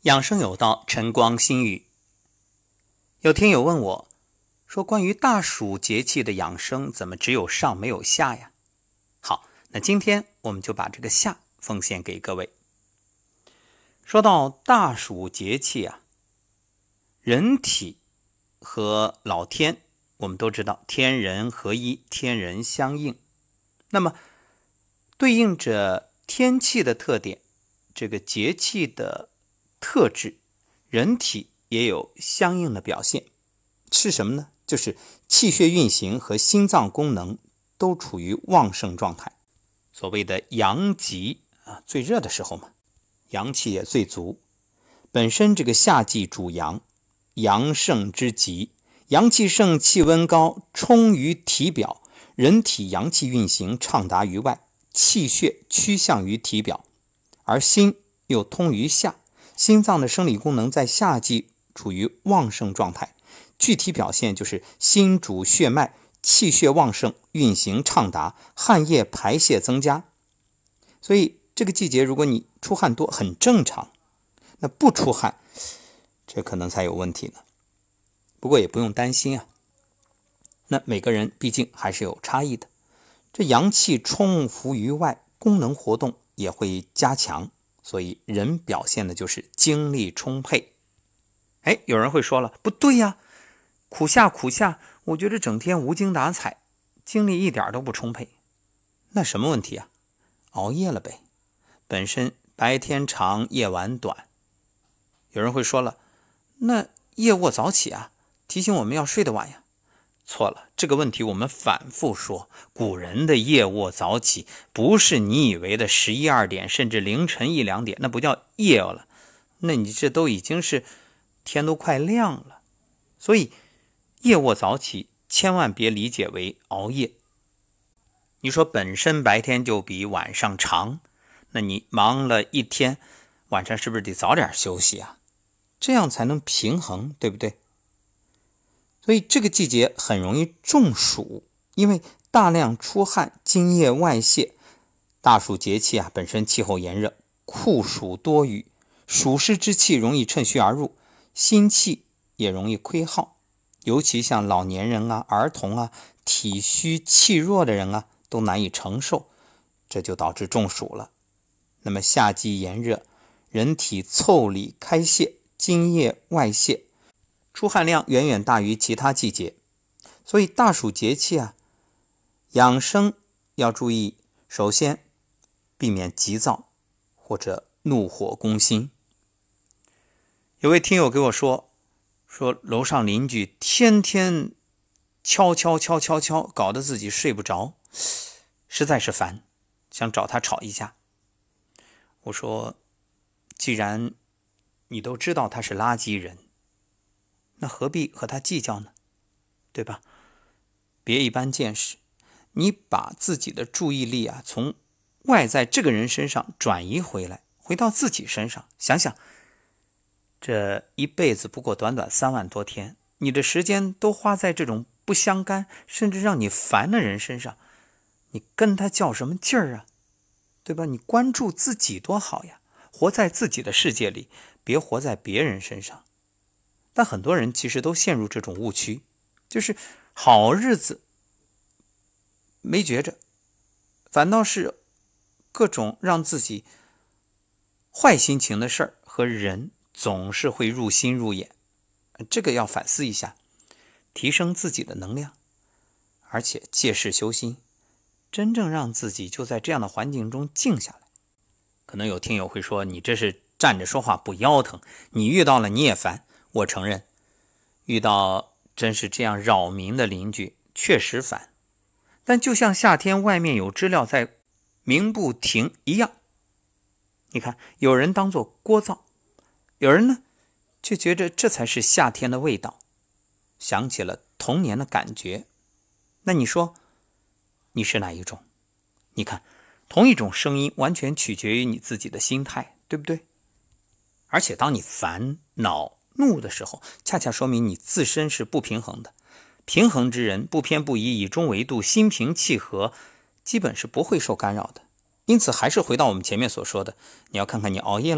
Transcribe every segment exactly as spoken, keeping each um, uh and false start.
养生有道，晨光新语。有听友问我说，关于大暑节气的养生，怎么只有上没有下呀？好，那今天我们就把这个下奉献给各位。说到大暑节气啊，人体和老天，我们都知道天人合一，天人相应。那么对应着天气的特点，这个节气的特质，人体也有相应的表现。是什么呢？就是气血运行和心脏功能都处于旺盛状态。所谓的阳极啊，最热的时候嘛，阳气也最足。本身这个夏季主阳，阳盛之极，阳气盛，气温高，充于体表，人体阳气运行畅达于外，气血趋向于体表，而心又通于下，心脏的生理功能在夏季处于旺盛状态。具体表现就是心主血脉，气血旺盛，运行畅达，汗液排泄增加。所以这个季节如果你出汗多很正常，那不出汗这可能才有问题呢。不过也不用担心啊，那每个人毕竟还是有差异的。这阳气充浮于外，功能活动也会加强，所以人表现的就是精力充沛。哎，有人会说了，不对呀，苦夏苦夏，我觉得整天无精打采，精力一点都不充沛。那什么问题啊？熬夜了呗。本身白天长，夜晚短。有人会说了，那夜卧早起啊，提醒我们要睡得晚呀。错了，这个问题我们反复说，古人的夜卧早起不是你以为的十一二点甚至凌晨一两点，那不叫夜了，那你这都已经是天都快亮了。所以夜卧早起千万别理解为熬夜。你说本身白天就比晚上长，那你忙了一天，晚上是不是得早点休息啊？这样才能平衡，对不对？所以这个季节很容易中暑，因为大量出汗，津液外泄。大暑节气啊，本身气候炎热，酷暑多雨，暑湿之气容易趁虚而入，心气也容易亏耗。尤其像老年人啊、儿童啊、体虚气弱的人啊，都难以承受，这就导致中暑了。那么夏季炎热，人体腠理开泄，津液外泄，出汗量远远大于其他季节。所以大暑节气啊，养生要注意，首先避免急躁或者怒火攻心。有位听友给我说，说楼上邻居天天敲敲敲敲敲，搞得自己睡不着，实在是烦，想找他吵一架。我说，既然你都知道他是垃圾人，那何必和他计较呢？对吧？别一般见识，你把自己的注意力啊，从外在这个人身上转移回来，回到自己身上，想想这一辈子不过短短三万多天，你的时间都花在这种不相干甚至让你烦的人身上，你跟他较什么劲儿啊？对吧？你关注自己多好呀，活在自己的世界里，别活在别人身上。但很多人其实都陷入这种误区，就是好日子没觉着，反倒是各种让自己坏心情的事儿和人总是会入心入眼。这个要反思一下，提升自己的能量，而且借势修心，真正让自己就在这样的环境中静下来。可能有听友会说，你这是站着说话不腰疼，你遇到了你也烦。我承认，遇到真是这样扰民的邻居确实烦，但就像夏天外面有知了在鸣不停一样，你看，有人当作聒噪，有人呢却觉得这才是夏天的味道，想起了童年的感觉。那你说你是哪一种？你看，同一种声音完全取决于你自己的心态，对不对？而且当你烦恼怒的时候，恰恰说明你自身是不平衡的。平衡之人，不偏不倚，以中为度，心平气和，基本是不会受干扰的。因此还是回到我们前面所说的，你要看看你熬夜了吗？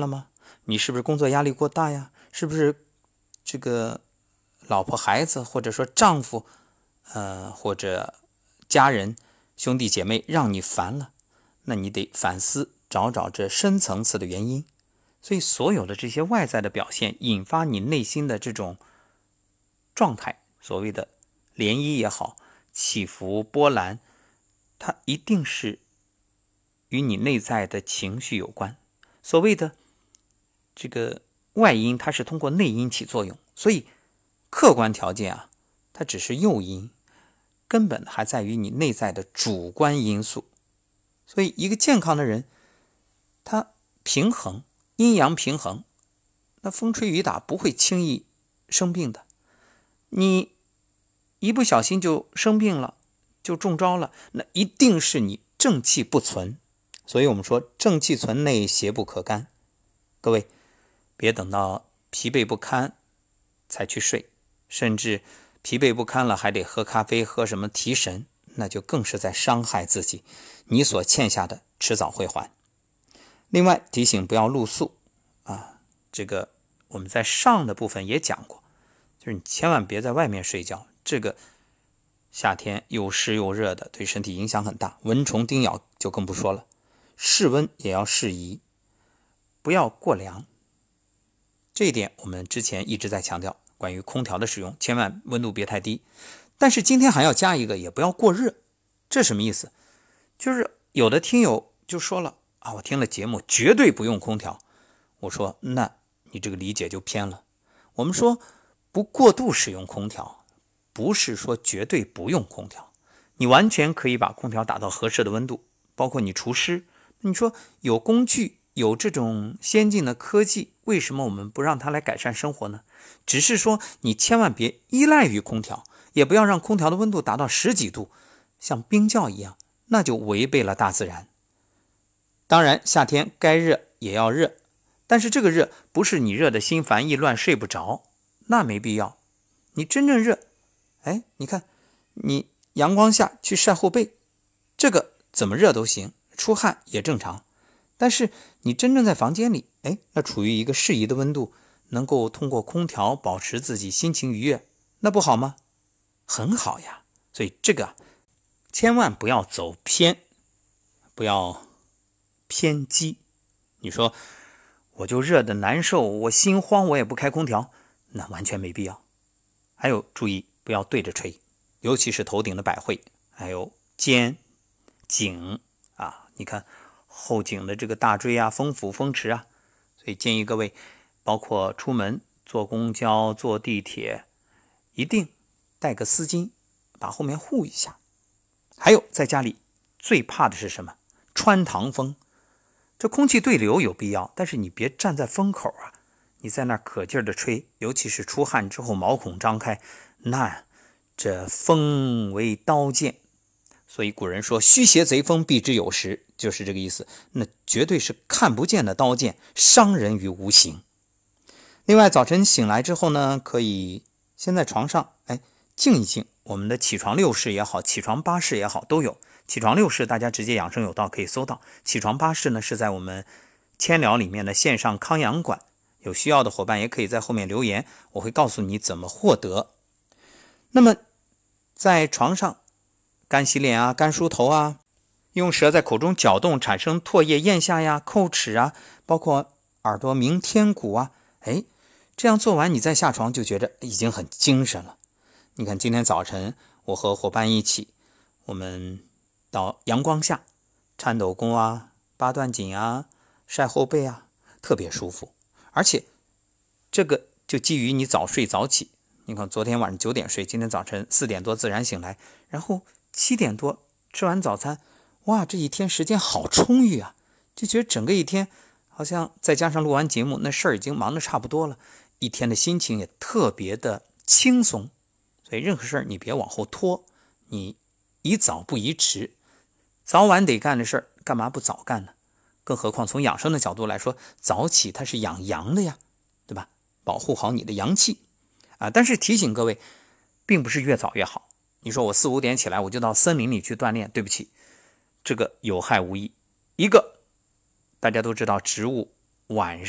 你是不是工作压力过大呀？是不是这个老婆孩子或者说丈夫呃或者家人兄弟姐妹让你烦了？那你得反思，找找这深层次的原因。所以所有的这些外在的表现引发你内心的这种状态，所谓的涟漪也好，起伏波澜，它一定是与你内在的情绪有关。所谓的这个外因，它是通过内因起作用，所以客观条件啊，它只是诱因，根本还在于你内在的主观因素。所以一个健康的人，他平衡，阴阳平衡，那风吹雨打不会轻易生病的。你一不小心就生病了，就中招了，那一定是你正气不存。所以我们说正气存内，邪不可干。各位别等到疲惫不堪才去睡，甚至疲惫不堪了还得喝咖啡喝什么提神，那就更是在伤害自己。你所欠下的迟早会还。另外提醒不要露宿啊，这个我们在上的部分也讲过，就是你千万别在外面睡觉，这个夏天又湿又热的，对身体影响很大，蚊虫叮咬就更不说了。室温也要适宜，不要过凉。这一点我们之前一直在强调，关于空调的使用，千万温度别太低。但是今天还要加一个，也不要过热。这什么意思？就是有的听友就说了啊，我听了节目绝对不用空调。我说那你这个理解就偏了。我们说不过度使用空调，不是说绝对不用空调，你完全可以把空调打到合适的温度，包括你除湿。你说有工具，有这种先进的科技，为什么我们不让它来改善生活呢？只是说你千万别依赖于空调，也不要让空调的温度达到十几度，像冰窖一样，那就违背了大自然。当然夏天该热也要热，但是这个热不是你热的心烦意乱睡不着，那没必要。你真正热，哎，你看你阳光下去晒后背，这个怎么热都行，出汗也正常。但是你真正在房间里，哎，那处于一个适宜的温度，能够通过空调保持自己心情愉悦，那不好吗？很好呀。所以这个千万不要走偏，不要偏激。你说我就热得难受，我心慌，我也不开空调，那完全没必要。还有注意不要对着吹，尤其是头顶的百会，还有肩颈啊，你看后颈的这个大椎啊、风府、风池啊。所以建议各位包括出门坐公交坐地铁一定带个丝巾把后面护一下。还有在家里最怕的是什么？穿堂风。这空气对流有必要，但是你别站在风口啊，你在那可劲儿的吹，尤其是出汗之后毛孔张开，那这风为刀剑。所以古人说虚邪贼风避之有时，就是这个意思。那绝对是看不见的刀剑，伤人于无形。另外早晨醒来之后呢，可以先在床上哎静一静，我们的起床六式也好，起床八式也好都有。起床六式大家直接养生有道可以搜到，起床八式呢是在我们千聊里面的线上康养馆，有需要的伙伴也可以在后面留言，我会告诉你怎么获得。那么在床上干洗脸啊，干梳头啊，用舌在口中搅动产生唾液咽下呀，叩齿啊，包括耳朵鸣天鼓啊，哎，这样做完你再下床就觉得已经很精神了。你看今天早晨我和伙伴一起，我们到阳光下颤抖功啊，八段锦啊，晒后背啊，特别舒服。而且这个就基于你早睡早起，你看昨天晚上九点睡，今天早晨四点多自然醒来，然后七点多吃完早餐，哇，这一天时间好充裕啊，就觉得整个一天好像再加上录完节目，那事儿已经忙得差不多了，一天的心情也特别的轻松。所以任何事儿你别往后拖，你宜早不宜迟，早晚得干的事儿干嘛不早干呢？更何况从养生的角度来说，早起它是养阳的呀，对吧？保护好你的阳气啊！但是提醒各位，并不是越早越好。你说我四五点起来我就到森林里去锻炼，对不起，这个有害无益。一个大家都知道，植物晚上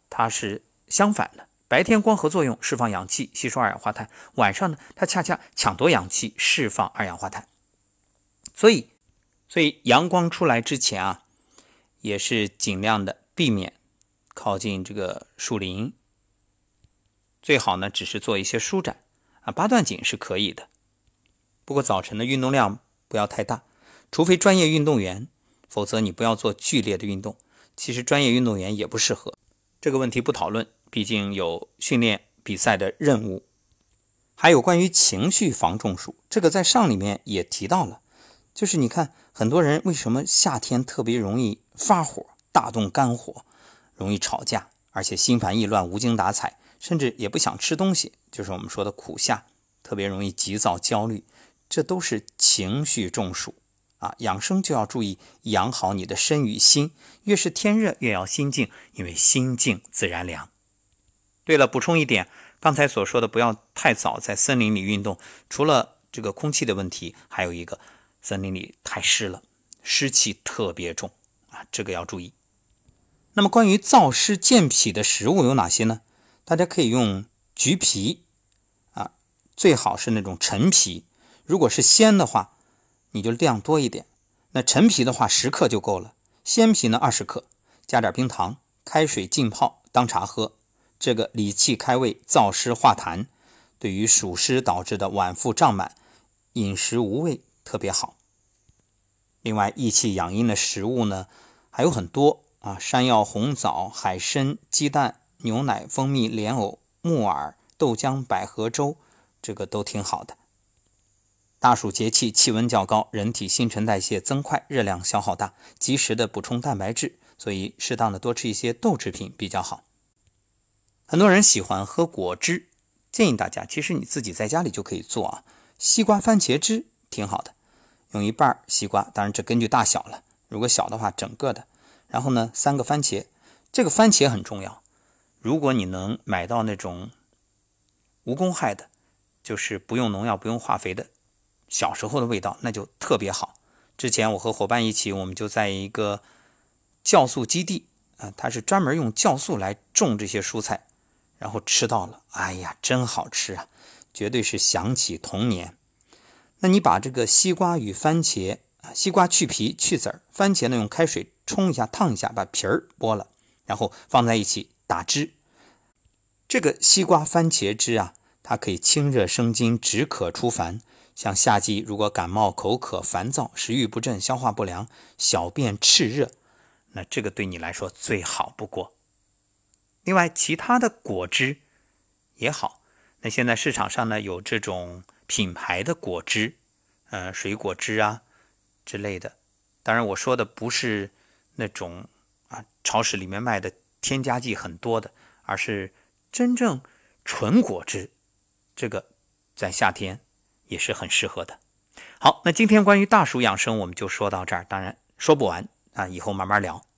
它是相反的，白天光合作用释放氧气吸收二氧化碳，晚上呢它恰恰抢夺氧气释放二氧化碳。所以所以阳光出来之前啊，也是尽量的避免靠近这个树林，最好呢只是做一些舒展啊，八段锦是可以的，不过早晨的运动量不要太大，除非专业运动员，否则你不要做剧烈的运动。其实专业运动员也不适合，这个问题不讨论，毕竟有训练比赛的任务。还有关于情绪防中暑，这个在上里面也提到了，就是你看很多人为什么夏天特别容易发火，大动肝火，容易吵架，而且心烦意乱，无精打采，甚至也不想吃东西，就是我们说的苦夏，特别容易急躁焦虑，这都是情绪中暑啊。养生就要注意养好你的身与心，越是天热越要心静，因为心静自然凉。对了，补充一点，刚才所说的不要太早在森林里运动，除了这个空气的问题，还有一个森林里太湿了，湿气特别重啊，这个要注意。那么关于燥湿健脾的食物有哪些呢？大家可以用橘皮啊，最好是那种陈皮，如果是鲜的话你就量多一点，那陈皮的话十克就够了，鲜皮呢二十克，加点冰糖，开水浸泡当茶喝，这个理气开胃，燥湿化痰，对于暑湿导致的脘腹胀满、饮食无味特别好。另外益气养阴的食物呢还有很多啊，山药、红枣、海参、鸡蛋、牛奶、蜂蜜、莲藕、木耳、豆浆、百合粥，这个都挺好的。大暑节气气温较高，人体新陈代谢增快，热量消耗大，及时的补充蛋白质，所以适当的多吃一些豆制品比较好。很多人喜欢喝果汁，建议大家其实你自己在家里就可以做啊，西瓜番茄汁挺好的，用一半西瓜，当然这根据大小了，如果小的话整个的，然后呢三个番茄，这个番茄很重要，如果你能买到那种无公害的，就是不用农药不用化肥的小时候的味道，那就特别好。之前我和伙伴一起，我们就在一个酵素基地啊，它是专门用酵素来种这些蔬菜，然后吃到了，哎呀真好吃啊，绝对是想起童年。那你把这个西瓜与番茄，西瓜去皮去籽儿，番茄呢用开水冲一下烫一下，把皮儿剥了，然后放在一起打汁。这个西瓜番茄汁啊，它可以清热生津，止渴除烦。像夏季如果感冒口渴烦躁，食欲不振，消化不良，小便炽热，那这个对你来说最好不过。另外其他的果汁也好，那现在市场上呢有这种品牌的果汁，呃，水果汁啊之类的，当然我说的不是那种啊超市里面卖的添加剂很多的，而是真正纯果汁，这个在夏天也是很适合的。好，那今天关于大暑养生我们就说到这儿，当然说不完啊，以后慢慢聊。